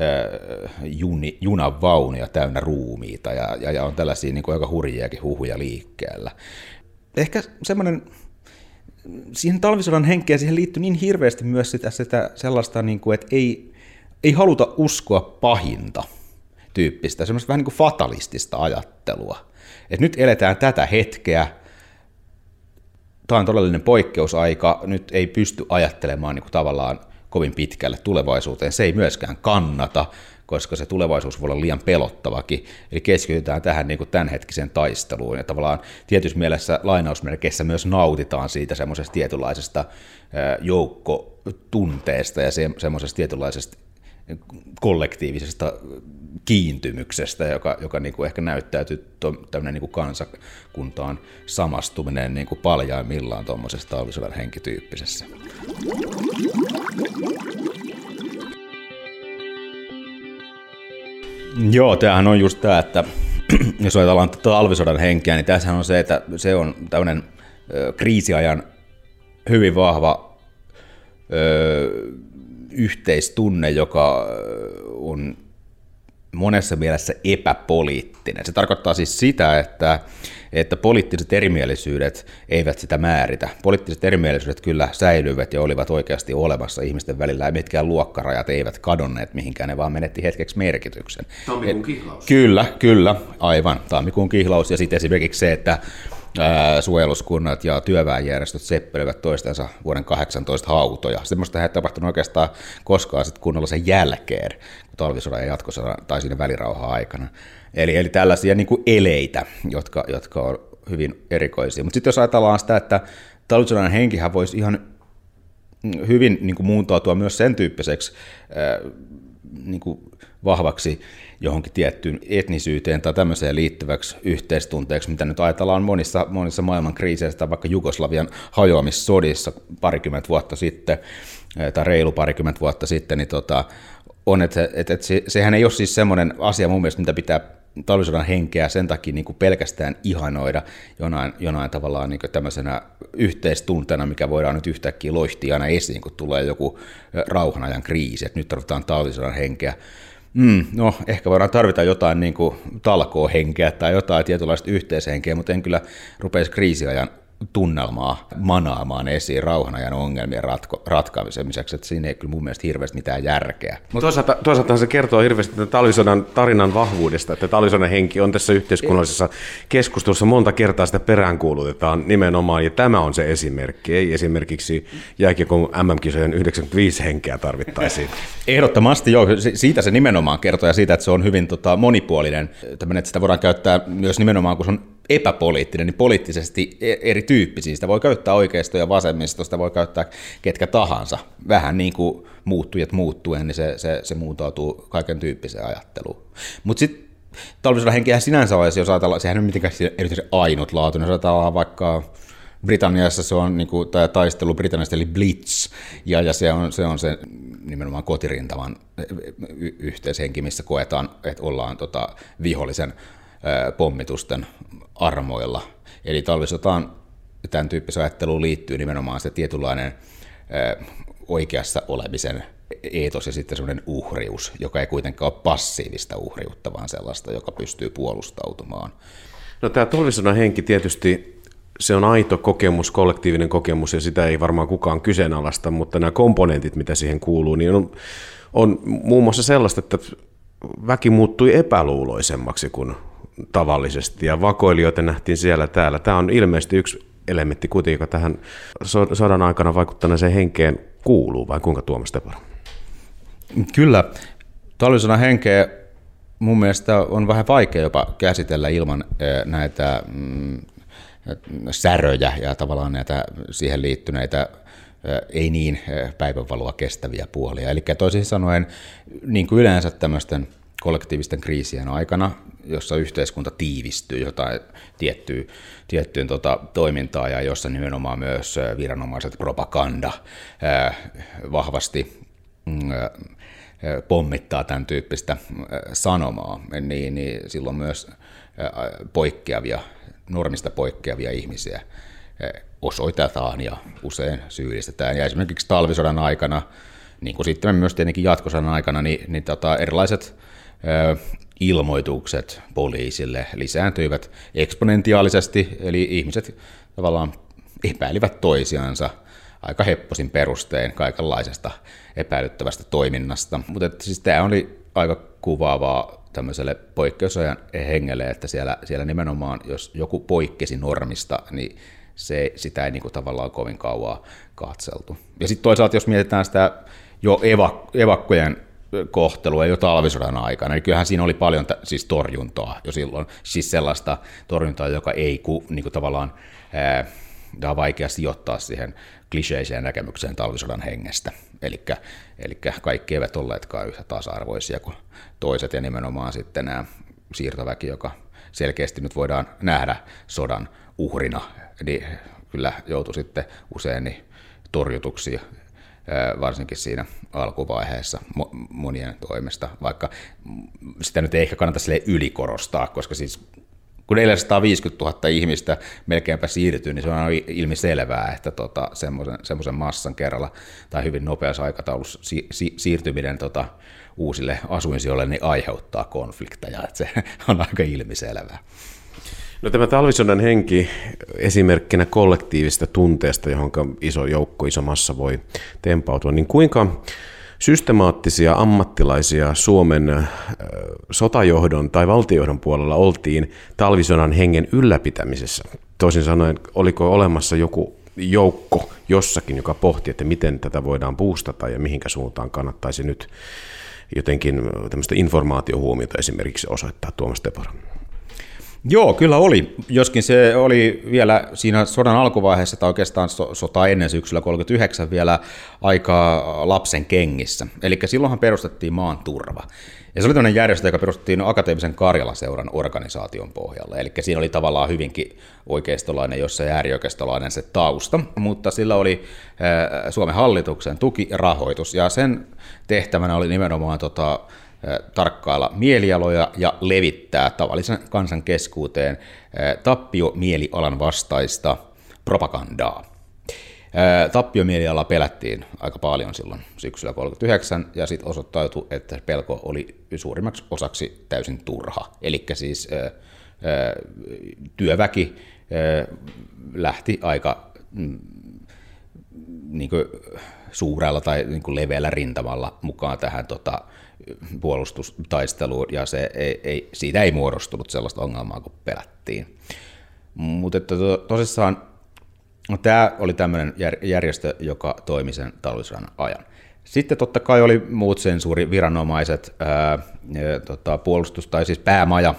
Speaker 5: junavaunuja täynnä ruumiita ja on tällaisia niin kuin aika hurjiakin huhuja liikkeellä. Ehkä semmoinen siihen talvisodan henkeen siihen liittyy niin hirveästi myös sitä sellaista, niin kuin, että ei haluta uskoa pahinta tyyppistä, semmoista vähän niin kuin fatalistista ajattelua. Että nyt eletään tätä hetkeä, tämä on todellinen poikkeusaika, nyt ei pysty ajattelemaan niin kuin tavallaan kovin pitkälle tulevaisuuteen, se ei myöskään kannata, koska se tulevaisuus voi olla liian pelottavakin, eli keskitytään tähän niin kuin tämänhetkiseen taisteluun, ja tavallaan tietyssä mielessä lainausmerkeissä myös nautitaan siitä semmoisesta tietynlaisesta joukkotunteesta ja semmoisesta tietynlaisesta kollektiivisesta kiintymyksestä, joka niin kuin ehkä näyttäytyy tämmöinen niin kuin kansakuntaan samastuminen niin kuin paljaimmillaan tuommoisessa talvisodan henkityyppisessä. Joo, tämähän on just tämä, että jos ajatellaan talvisodan henkeä, niin tässähän on se, että se on tämmöinen kriisiajan hyvin vahva yhteistunne, joka on monessa mielessä epäpoliittinen. Se tarkoittaa siis sitä, että poliittiset erimielisyydet eivät sitä määritä. Poliittiset erimielisyydet kyllä säilyivät ja olivat oikeasti olemassa ihmisten välillä, ja mitkään luokkarajat eivät kadonneet mihinkään, ne vaan menetti hetkeksi merkityksen.
Speaker 7: Tammikuun kihlaus.
Speaker 5: Kyllä, aivan. Tammikuun kihlaus, ja sitten esimerkiksi se, että suojeluskunnat ja työväenjärjestöt seppelevät toistensa vuoden 18 hautoja. Semmoista ei tapahtunut oikeastaan koskaan sitten kunnolla sen jälkeen, talvisodan ja jatkosodan tai siinä välirauhan aikana. Eli tällaisia niin kuin eleitä, jotka on hyvin erikoisia. Mutta sitten jos ajatellaan sitä, että talvisodan henkihän voisi ihan hyvin niin kuin muuntautua myös sen tyyppiseksi niin kuin vahvaksi johonkin tiettyyn etnisyyteen tai tämmöiseen liittyväksi yhteistunteeksi, mitä nyt ajatellaan monissa maailman kriiseistä, vaikka Jugoslavian hajoamissodissa parikymmentä vuotta sitten, tai reilu parikymmentä vuotta sitten, niin on, että sehän ei ole siis semmoinen asia mun mielestä, mitä pitää talvisodan henkeä sen takia niin kuin pelkästään ihanoida jonain tavallaan niin kuin tämmöisenä yhteistunteena, mikä voidaan nyt yhtäkkiä loihtia aina esiin, kun tulee joku rauhanajan kriisi, että nyt tarvitaan talvisodan henkeä. No, ehkä voidaan tarvita jotain niin kuin talkoohenkeä tai jotain tietynlaista yhteishenkeä, mutta en kyllä rupeisi kriisiajan tunnelmaa manaamaan esiin rauhanajan ongelmien ratkaisemiseksi, että siinä ei kyllä mun mielestä hirveästi mitään järkeä.
Speaker 7: Toisaalta se kertoo hirveästi talisodan tarinan vahvuudesta, että talisodan henki on tässä yhteiskunnallisessa keskustelussa monta kertaa sitä peräänkuulutetaan nimenomaan, ja tämä on se esimerkki, ei esimerkiksi jääkiekon MM-kisojen 95 henkeä tarvittaisiin.
Speaker 5: Ehdottomasti joo, siitä se nimenomaan kertoo, ja siitä, että se on hyvin monipuolinen, tämmöinen, että sitä voidaan käyttää myös nimenomaan, kun se on epäpoliittinen, niin poliittisesti erityyppisiä. Sitä voi käyttää oikeisto ja vasemmisto, sitä voi käyttää ketkä tahansa. Vähän niin kuin muuttujat muuttuen, niin se muuntautuu kaiken tyyppiseen ajatteluun. Mutta sitten talvisodan henkihän sinänsä olisi, jos ajatellaan, sehän on mitenkään erityisen ainutlaatuinen. Jos ajatellaan vaikka Britanniassa se on niin kuin, tämä taistelu Britanniasta eli Blitz, ja se on se nimenomaan kotirintaman yhteishenki, missä koetaan, että ollaan vihollisen pommitusten armoilla. Eli talvisotaan tämän tyyppisen ajatteluun liittyy nimenomaan se tietynlainen oikeassa olemisen eetos ja sitten semmoinen uhrius, joka ei kuitenkaan ole passiivista uhriutta, vaan sellaista, joka pystyy puolustautumaan.
Speaker 7: No tämä talvisodan henki tietysti, se on aito kokemus, kollektiivinen kokemus, ja sitä ei varmaan kukaan kyseenalaista, mutta nämä komponentit, mitä siihen kuuluu, niin on muun muassa sellaista, että väki muuttui epäluuloisemmaksi kuin tavallisesti, ja vakoilijoita nähtiin siellä täällä. Tämä on ilmeisesti yksi elementti kuitenkin, joka tähän sodan aikana vaikuttaneeseen henkeen kuuluu, vai kuinka, Tuomas Teparo?
Speaker 5: Kyllä, Talvisodan henkeä mun mielestä on vähän vaikea jopa käsitellä ilman näitä säröjä ja tavallaan näitä siihen liittyneitä ei niin päivänvaloa kestäviä puolia. Eli toisin sanoen, niin kuin yleensä tämmöisten kollektiivisten kriisien aikana, jossa yhteiskunta tiivistyy jotain tiettyyn toimintaa ja jossa nimenomaan myös viranomaiset propaganda vahvasti pommittaa tämän tyyppistä sanomaa, niin silloin myös normista poikkeavia ihmisiä osoitetaan ja usein syyllistetään. Ja esimerkiksi talvisodan aikana, niin kuin sitten myös tietenkin jatkosodan aikana, niin erilaiset ilmoitukset poliisille lisääntyivät eksponentiaalisesti, eli ihmiset tavallaan epäilivät toisiansa aika hepposin perustein kaikenlaisesta epäilyttävästä toiminnasta. Mutta siis tämä oli aika kuvaavaa tämmöiselle poikkeusajan hengelle, että siellä nimenomaan, jos joku poikkesi normista, niin sitä ei niin kuin tavallaan kovin kauaa katseltu. Ja sitten toisaalta, jos mietitään sitä jo evakkojen kohtelua jo talvisodan aikana, niin kyllähän siinä oli paljon siis torjuntaa jo silloin, siis sellaista torjuntaa, joka ei niin kuin tavallaan on vaikea sijoittaa siihen kliseiseen näkemykseen talvisodan hengestä. Eli kaikki eivät olleetkaan yhtä tasa-arvoisia kuin toiset, ja nimenomaan sitten nämä siirtoväki, joka selkeästi nyt voidaan nähdä sodan uhrina, niin kyllä joutui sitten usein torjutuksi, varsinkin siinä alkuvaiheessa monien toimesta, vaikka sitä nyt ei ehkä kannata ylikorostaa, koska siis kun 450 000 ihmistä melkeinpä siirtyy, niin se on ilmiselvää, että semmoisen massan kerralla tai hyvin nopeassa aikataulussa siirtyminen uusille asuinsijoille niin aiheuttaa konflikteja, että se on aika ilmiselvää.
Speaker 7: No tämä talvisodan henki esimerkkinä kollektiivista tunteesta, johon iso joukko, iso massa voi tempautua, niin kuinka systemaattisia ammattilaisia Suomen sotajohdon tai valtiojohdon puolella oltiin talvisodan hengen ylläpitämisessä? Toisin sanoen, oliko olemassa joku joukko jossakin, joka pohti, että miten tätä voidaan boostata ja mihinkä suuntaan kannattaisi nyt jotenkin tämmöistä informaatiohuomiota esimerkiksi osoittaa? Tuomas Tepora.
Speaker 5: Joo, kyllä oli, joskin se oli vielä siinä sodan alkuvaiheessa, tai oikeastaan sota ennen syksyllä 1939 vielä aika lapsen kengissä. Eli silloinhan perustettiin maan turva. Ja se oli tämmöinen järjestö, joka perustettiin Akateemisen Karjala-seuran organisaation pohjalle. Eli siinä oli tavallaan hyvinkin oikeistolainen, jos ei äärioikeistolainen se tausta, mutta sillä oli Suomen hallituksen tuki ja rahoitus, ja sen tehtävänä oli nimenomaan tarkkailla mielialoja ja levittää tavallisen kansan keskuuteen tappiomielialan vastaista propagandaa. Tappiomielialaa pelättiin aika paljon silloin syksyllä 1939, ja sitten osoittautui, että pelko oli suurimmaksi osaksi täysin turha. Eli siis työväki lähti aika niin kuin suurella tai niin kuin leveällä rintamalla mukaan tähän puolustustaisteluun, ja siitä ei muodostunut sellaista ongelmaa kuin pelättiin. Mutta tosissaan tämä oli tämmöinen järjestö, joka toimi sen talvisodan ajan. Sitten totta kai oli muut sensuuriviranomaiset, puolustus tai siis päämaja,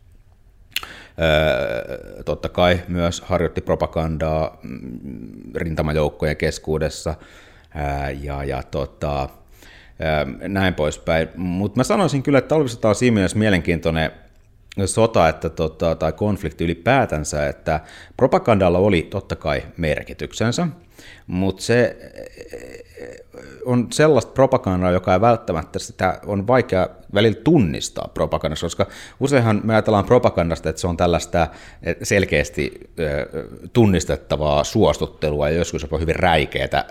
Speaker 5: totta kai myös harjoitti propagandaa rintamajoukkojen keskuudessa ja näin poispäin. Mutta mä sanoisin kyllä, että talvisota on siinä mielessä mielenkiintoinen sota tai konflikti ylipäätänsä, että propagandalla oli totta kai merkityksensä, mutta se on sellaista propagandaa, joka ei välttämättä sitä on vaikea välillä tunnistaa propagandasta, koska useinhan me ajatellaan propagandasta, että se on tällaista selkeästi tunnistettavaa suostuttelua ja joskus jopa hyvin räikeätä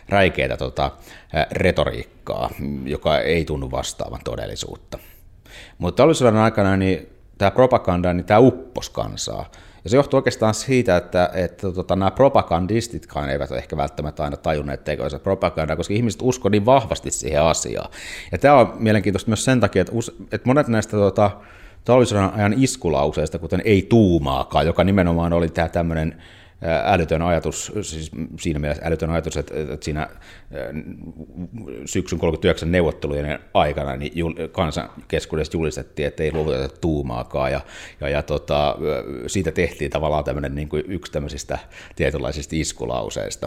Speaker 5: retoriikkaa, joka ei tunnu vastaavan todellisuutta. Mutta talvisodan aikana niin tämä propaganda, niin tämä upposi kansaa. Ja se johtuu oikeastaan siitä, että nämä propagandistitkaan eivät ehkä välttämättä aina tajunneet tekoansa propagandaa, koska ihmiset uskoi niin vahvasti siihen asiaan. Ja tämä on mielenkiintoista myös sen takia, että monet näistä talvisodan ajan iskulauseista, kuten ei tuumaakaan, joka nimenomaan oli tämä tämmöinen älytön ajatus, siis siinä mielessä älytön ajatus, että siinä syksyn 39 neuvottelujen aikana niin kansan keskuudessa julistettiin, että ei luovuteta tuumaakaan, ja siitä tehtiin tavallaan tämmöinen niin kuin yksi tämmöisistä tietynlaisista iskulauseista.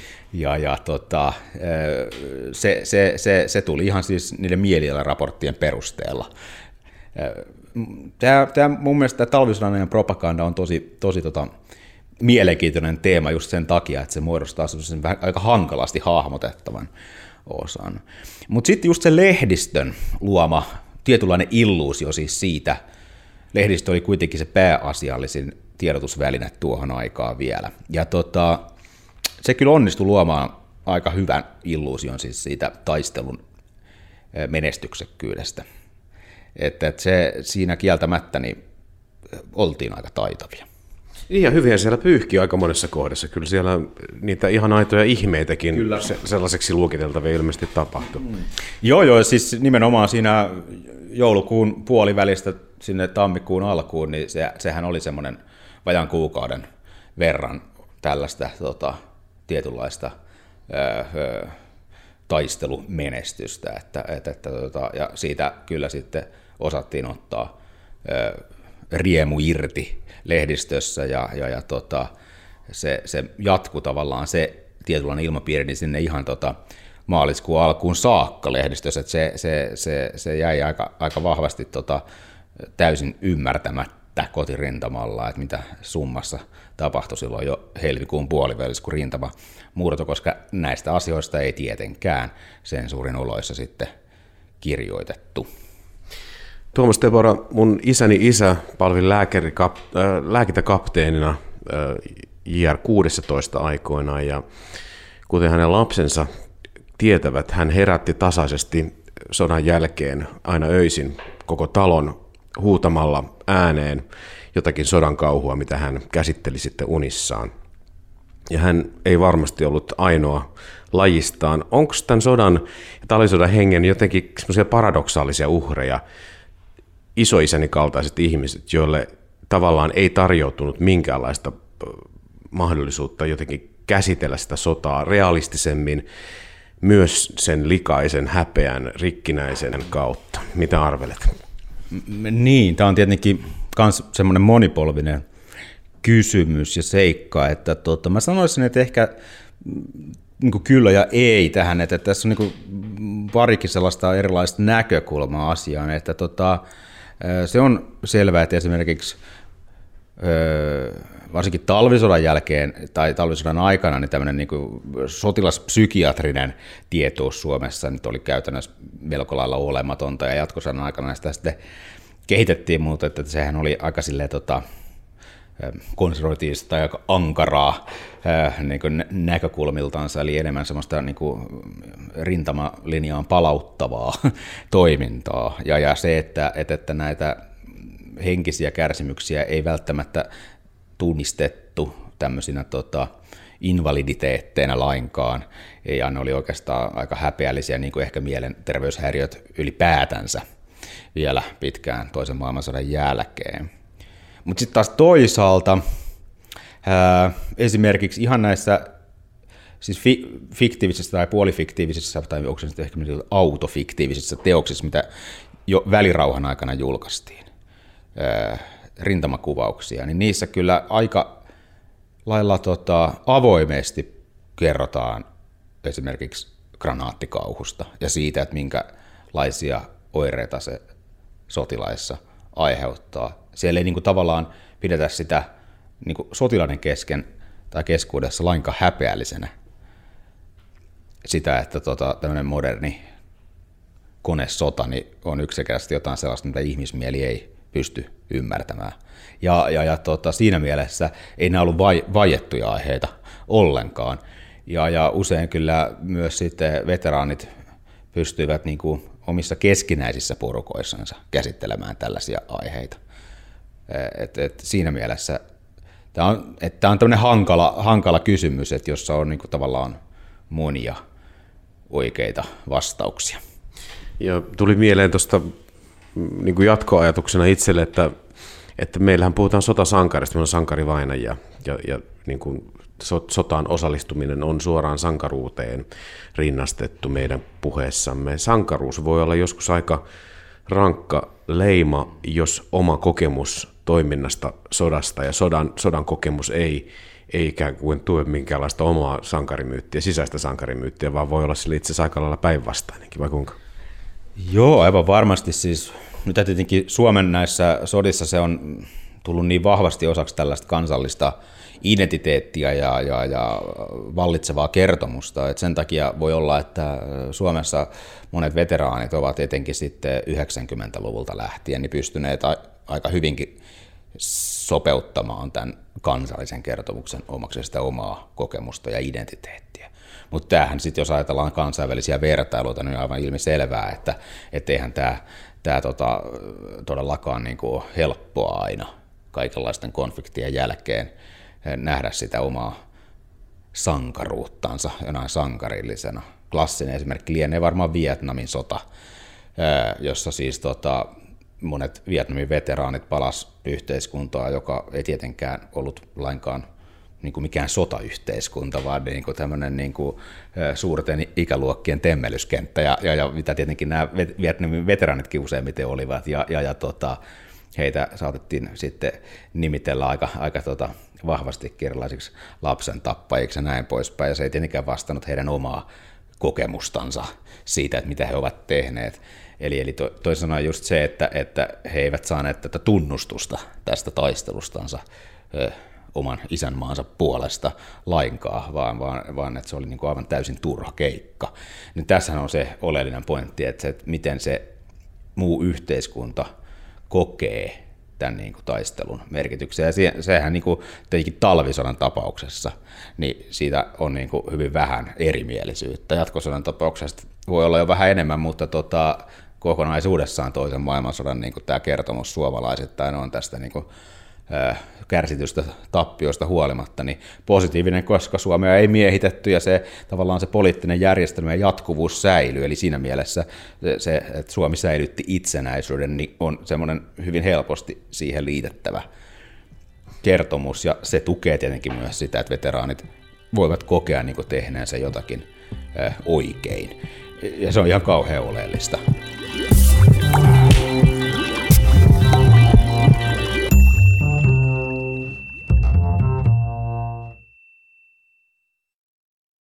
Speaker 5: Se tuli ihan siis niiden mielialaraporttien perusteella. Tämä mun mielestä talvisodan propaganda on tosi mielenkiintoinen teema just sen takia, että se muodostaa sen aika hankalasti hahmotettavan osan. Mutta sitten just se lehdistön luoma tietynlainen illuusio siis siitä, lehdistö oli kuitenkin se pääasiallisin tiedotusväline tuohon aikaan vielä. Ja se kyllä onnistui luomaan aika hyvän illuusion siis siitä taistelun menestyksekkyydestä. Että se siinä kieltämättä niin oltiin aika taitavia.
Speaker 7: Niin ja hyviä siellä pyyhki aika monessa kohdassa. Kyllä siellä niitä ihan aitoja ihmeitäkin sellaiseksi luokiteltavia ilmeisesti tapahtui.
Speaker 5: Joo, siis nimenomaan siinä joulukuun puolivälistä sinne tammikuun alkuun, niin sehän oli semmoinen vajaan kuukauden verran tällaista tietynlaista taistelumenestystä, ja siitä kyllä sitten osattiin ottaa riemu irti lehdistössä, ja se jatkui tavallaan se tietynlainen ilmapiiri niin sinne ihan maaliskuun alkuun saakka lehdistössä, että se jäi aika vahvasti täysin ymmärtämättä kotirintamalla, että mitä summassa tapahtui silloin jo helmikuun puolivälissä, kun rintama murtoi, koska näistä asioista ei tietenkään sensuurin oloissa sitten kirjoitettu.
Speaker 7: Tuomas Tebora, mun isäni isä palveli lääkintäkapteenina JR-16 aikoinaan, ja kuten hänen lapsensa tietävät, hän herätti tasaisesti sodan jälkeen aina öisin koko talon huutamalla ääneen jotakin sodan kauhua, mitä hän käsitteli sitten unissaan. Ja hän ei varmasti ollut ainoa lajistaan. Onko tämän sodan ja talvisodan hengen jotenkin semmoisia paradoksaalisia uhreja, isoisäni kaltaiset ihmiset, joille tavallaan ei tarjoutunut minkäänlaista mahdollisuutta jotenkin käsitellä sitä sotaa realistisemmin, myös sen likaisen, häpeän, rikkinäisen kautta? Mitä arvelet?
Speaker 5: Niin, tämä on tietenkin myös semmoinen monipolvinen kysymys ja seikka, että mä sanoisin, että ehkä niin kyllä ja ei tähän, että tässä on niin parikin sellaista erilaista näkökulmaa asiaan, että se on selvää, että esimerkiksi varsinkin talvisodan jälkeen tai talvisodan aikana niin tämmöinen niin kuin sotilaspsykiatrinen tietous Suomessa nyt oli käytännössä melko lailla olematonta, ja jatkosodan aikana sitä sitten kehitettiin, mutta että sehän oli aika silleen konservatiivista tai aika ankaraa niin kuin näkökulmiltansa, eli enemmän semmoista niin kuin rintamalinjaan palauttavaa toimintaa. Ja se, että näitä henkisiä kärsimyksiä ei välttämättä tunnistettu tämmöisinä invaliditeetteina lainkaan, ja ne oli oikeastaan aika häpeällisiä, niin kuin ehkä mielenterveyshäiriöt ylipäätänsä vielä pitkään toisen maailmansodan jälkeen. Mutta sitten taas toisaalta esimerkiksi ihan näissä siis fiktiivisissä tai puolifiktiivisissä, tai onko se sitten ehkä autofiktiivisissä teoksissa, mitä jo välirauhan aikana julkaistiin, rintamakuvauksia, niin niissä kyllä aika lailla avoimesti kerrotaan esimerkiksi granaatikauhusta ja siitä, että minkälaisia oireita se sotilaissa aiheuttaa. Siellä ei niin kuin tavallaan pidetä sitä niin kuin sotilaiden kesken tai keskuudessa lainkaan häpeällisenä sitä, että tämmöinen moderni konesota niin on yksinkertaisesti jotain sellaista, mitä ihmismieli ei pysty ymmärtämään. Ja siinä mielessä ei nämä ollut vaiettuja aiheita ollenkaan. Ja usein kyllä myös sitten veteraanit pystyivät niin kuin omissa keskinäisissä porukoissansa käsittelemään tällaisia aiheita. Et siinä mielessä tämä on tämmöinen hankala kysymys, että jossa on niin kuin tavallaan monia oikeita vastauksia.
Speaker 7: Ja tuli mieleen tuosta niin kuin jatkoajatuksena itselle, että että meillähän puhutaan sotasankarista, meillä on sankarivainajia ja niin kuin sotaan osallistuminen on suoraan sankaruuteen rinnastettu meidän puheessamme. Sankaruus voi olla joskus aika rankka leima, jos oma kokemus toiminnasta sodasta ja sodan kokemus ei ikään kuin tue minkäänlaista omaa sankarimyyttiä, sisäistä sankarimyyttiä, vaan voi olla sille itse asiassa aika lailla päinvastainenkin, vai kuinka?
Speaker 5: Joo, aivan varmasti. Siis, nyt tietenkin Suomen näissä sodissa se on tullut niin vahvasti osaksi tällaista kansallista identiteettiä ja vallitsevaa kertomusta, että sen takia voi olla, että Suomessa monet veteraanit ovat etenkin sitten 90-luvulta lähtien niin pystyneet aika hyvinkin sopeuttamaan tämän kansallisen kertomuksen omaksi sitä omaa kokemusta ja identiteettiä. Mutta tämähän sitten, jos ajatellaan kansainvälisiä vertailuita, niin on aivan ilmiselvää, että eihän tämä todellakaan niin kuin helppoa aina kaikenlaisten konfliktien jälkeen nähdä sitä omaa sankaruuttansa jonain sankarillisena. Klassinen esimerkki lienee varmaan Vietnamin sota, jossa siis monet Vietnamin veteraanit palasivat yhteiskuntaa, joka ei tietenkään ollut lainkaan niin kuin mikään sotayhteiskunta, vaan niin kuin tämmöinen niin kuin suurten ikäluokkien temmelyskenttä, ja mitä tietenkin nämä Vietnamin veteraanitkin useimmiten olivat, heitä saatettiin sitten nimitellä aika vahvasti erilaisiksi lapsen tappajiksi ja näin poispäin, ja se ei tietenkään vastannut heidän omaa kokemustansa siitä, että mitä he ovat tehneet. Eli toisin sanoen just se, että he eivät saaneet tätä tunnustusta tästä taistelustansa oman isänmaansa puolesta lainkaan, vaan että se oli niin kuin aivan täysin turha keikka. Niin tässähän on se oleellinen pointti, että miten se muu yhteiskunta kokee tämän niin kuin taistelun merkityksen. Ja sehän niin kuin tietenkin talvisodan tapauksessa, niin siitä on niin kuin hyvin vähän erimielisyyttä. Jatkosodan tapauksessa voi olla jo vähän enemmän, mutta kokonaisuudessaan toisen maailmansodan niin kuin tämä kertomus suomalaisittain on tästä niin kuin kärsitystä tappiosta huolimatta niin positiivinen, koska Suomea ei miehitetty ja se tavallaan se poliittinen järjestelmä ja jatkuvuus säilyy. Eli siinä mielessä se, että Suomi säilytti itsenäisyyden, niin on semmoinen hyvin helposti siihen liitettävä kertomus, ja se tukee tietenkin myös sitä, että veteraanit voivat kokea niin kuin tehneensä jotakin oikein. Ja se on ihan kauhean oleellista.